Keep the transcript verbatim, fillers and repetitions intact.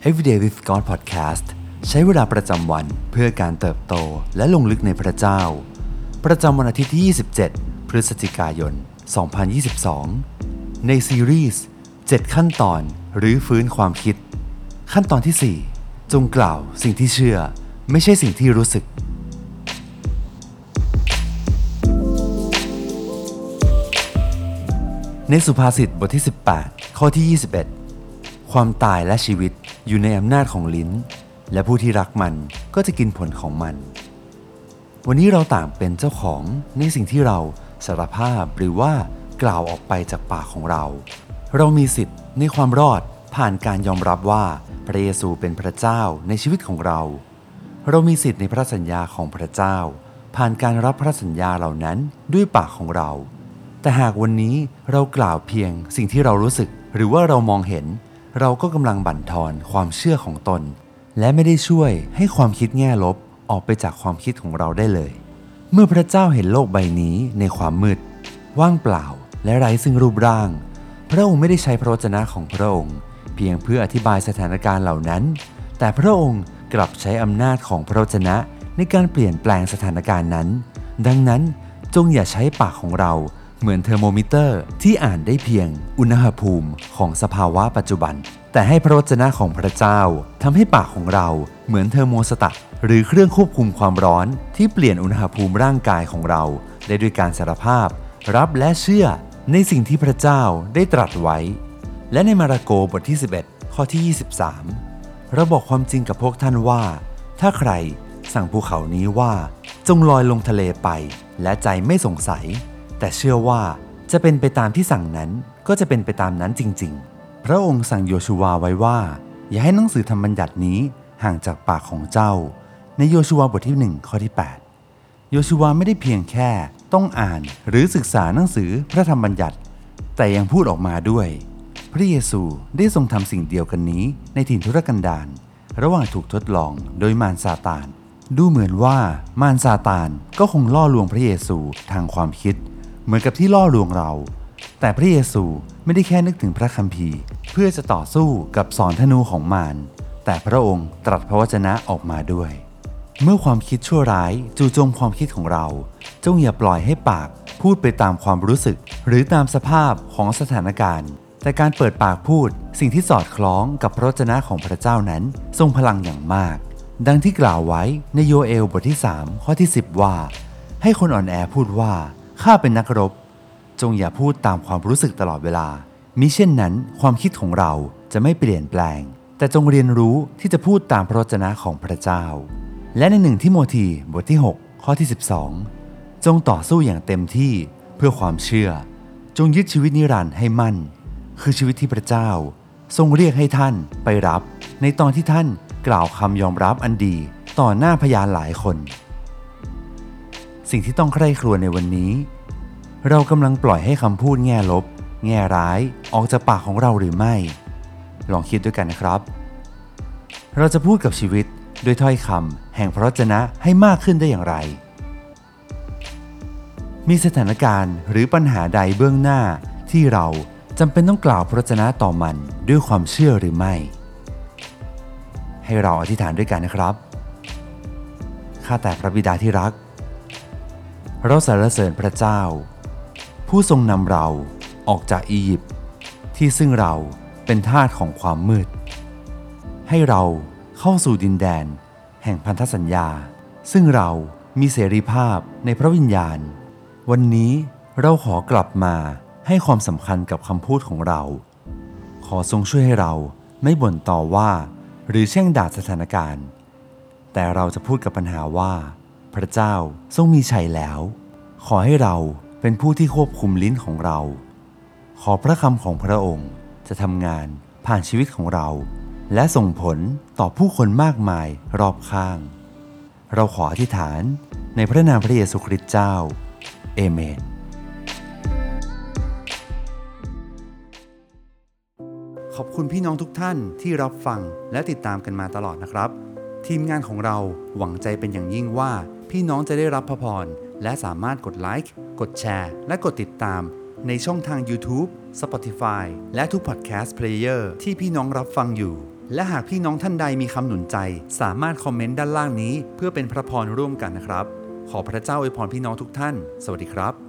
Everyday with God Podcast ใช้เวลาประจำวันเพื่อการเติบโตและลงลึกในพระเจ้าประจำวันอาทิตย์ที่ยี่สิบเจ็ดพฤศจิกายนสองพันยี่สิบสองในซีรีส์เจ็ดขั้นตอนหรือฟื้นความคิดขั้นตอนที่สี่จงกล่าวสิ่งที่เชื่อไม่ใช่สิ่งที่รู้สึกในสุภาษิตบทที่สิบแปดข้อที่ยี่สิบเอ็ดความตายและชีวิตอยู่ในอำนาจของลิ้นและผู้ที่รักมันก็จะกินผลของมันวันนี้เราต่างเป็นเจ้าของในสิ่งที่เราสารภาพหรือว่ากล่าวออกไปจากปากของเราเรามีสิทธิ์ในความรอดผ่านการยอมรับว่าพระเยซูเป็นพระเจ้าในชีวิตของเราเรามีสิทธิ์ในพระสัญญาของพระเจ้าผ่านการรับพระสัญญาเหล่านั้นด้วยปากของเราแต่หากวันนี้เรากล่าวเพียงสิ่งที่เรารู้สึกหรือว่าเรามองเห็นเราก็กำลังบั่นทอนความเชื่อของตนและไม่ได้ช่วยให้ความคิดแง่ลบออกไปจากความคิดของเราได้เลยเมื่อพระเจ้าเห็นโลกใบนี้ในความมืดว่างเปล่าและไร้ซึ่งรูปร่างพระองค์ไม่ได้ใช้พระวจนะของพระองค์เพียงเพื่ออธิบายสถานการณ์เหล่านั้นแต่พระองค์กลับใช้อำนาจของพระวจนะในการเปลี่ยนแปลงสถานการณ์นั้นดังนั้นจงอย่าใช้ปากของเราเหมือนเทอร์โมมิเตอร์ที่อ่านได้เพียงอุณหภูมิของสภาวะปัจจุบันแต่ให้พระวจนะของพระเจ้าทำให้ปากของเราเหมือนเทอร์โมสตัตหรือเครื่องควบคุมความร้อนที่เปลี่ยนอุณหภูมิร่างกายของเราได้ด้วยการสารภาพรับและเชื่อในสิ่งที่พระเจ้าได้ตรัสไว้และในมาระโกบทที่สิบเอ็ดข้อที่ยี่สิบสามเราบอกความจริงกับพวกท่านว่าถ้าใครสั่งภูเขานี้ว่าจงลอยลงทะเลไปและใจไม่สงสัยแต่เชื่อว่าจะเป็นไปตามที่สั่งนั้นก็จะเป็นไปตามนั้นจริงๆพระองค์สั่งโยชูวาไว้ว่าอย่าให้หนังสือธรรมบัญญัตินี้ห่างจากปากของเจ้าในโยชูวาบทที่หนึ่งข้อที่แปดโยชูวาไม่ได้เพียงแค่ต้องอ่านหรือศึกษาหนังสือพระธรรมบัญญัติแต่ยังพูดออกมาด้วยพระเยซูได้ทรงทำสิ่งเดียวกันนี้ในถิ่นทุรกันดารระหว่างถูกทดลองโดยมารซาตานดูเหมือนว่ามารซาตานก็คงล่อลวงพระเยซูทางความคิดเหมือนกับที่ล่อลวงเราแต่พระเยซูไม่ได้แค่นึกถึงพระคัมภีร์เพื่อจะต่อสู้กับศรธนูของมารแต่พระองค์ตรัสพระวจนะออกมาด้วยเมื่อความคิดชั่วร้ายจู่โจมความคิดของเราจงอย่าปล่อยให้ปากพูดไปตามความรู้สึกหรือตามสภาพของสถานการณ์แต่การเปิดปากพูดสิ่งที่สอดคล้องกับพระวจนะของพระเจ้านั้นทรงพลังอย่างมากดังที่กล่าวไว้ในโยเอลบทที่สามข้อที่สิบว่าให้คนอ่อนแอพูดว่าข้าเป็นนักรบจงอย่าพูดตามความรู้สึกตลอดเวลามิเช่นนั้นความคิดของเราจะไม่เปลี่ยนแปลงแต่จงเรียนรู้ที่จะพูดตามพระวจนะของพระเจ้าและในหนึ่งทิโมธีบทที่หกข้อที่สิบสองจงต่อสู้อย่างเต็มที่เพื่อความเชื่อจงยึดชีวิตนิรันดร์ให้มั่นคือชีวิตที่พระเจ้าทรงเรียกให้ท่านไปรับในตอนที่ท่านกล่าวคำยอมรับอันดีต่อหน้าพยานหลายคนสิ่งที่ต้องใคร่ครวญในวันนี้เรากำลังปล่อยให้คำพูดแง่ลบแง่ร้ายออกจากปากของเราหรือไม่ลองคิดด้วยกันนะครับเราจะพูดกับชีวิตด้วยถ้อยคำแห่งพระวจนะให้มากขึ้นได้อย่างไรมีสถานการณ์หรือปัญหาใดเบื้องหน้าที่เราจำเป็นต้องกล่าวพระวจนะต่อมันด้วยความเชื่อหรือไม่ให้เราอธิษฐานด้วยกันนะครับข้าแต่พระบิดาที่รักเราสรรเสริญพระเจ้าผู้ทรงนำเราออกจากอียิปต์ที่ซึ่งเราเป็นทาสของความมืดให้เราเข้าสู่ดินแดนแห่งพันธสัญญาซึ่งเรามีเสรีภาพในพระวิญญาณวันนี้เราขอกลับมาให้ความสำคัญกับคำพูดของเราขอทรงช่วยให้เราไม่บ่นต่อว่าหรือแช่งด่าสถานการณ์แต่เราจะพูดกับปัญหาว่าพระเจ้าทรงมีชัยแล้วขอให้เราเป็นผู้ที่ควบคุมลิ้นของเราขอพระคำของพระองค์จะทำงานผ่านชีวิตของเราและส่งผลต่อผู้คนมากมายรอบข้างเราขออธิษฐานในพระนามพระเยซูคริสต์เจ้าเอเมนขอบคุณพี่น้องทุกท่านที่รับฟังและติดตามกันมาตลอดนะครับทีมงานของเราหวังใจเป็นอย่างยิ่งว่าพี่น้องจะได้รับพระพรและสามารถกดไลค์กดแชร์และกดติดตามในช่องทาง YouTube, Spotify และทุก Podcast Player ที่พี่น้องรับฟังอยู่และหากพี่น้องท่านใดมีคำหนุนใจสามารถคอมเมนต์ด้านล่างนี้เพื่อเป็นพระพรร่วมกันนะครับขอพระเจ้าอวยพรพี่น้องทุกท่านสวัสดีครับ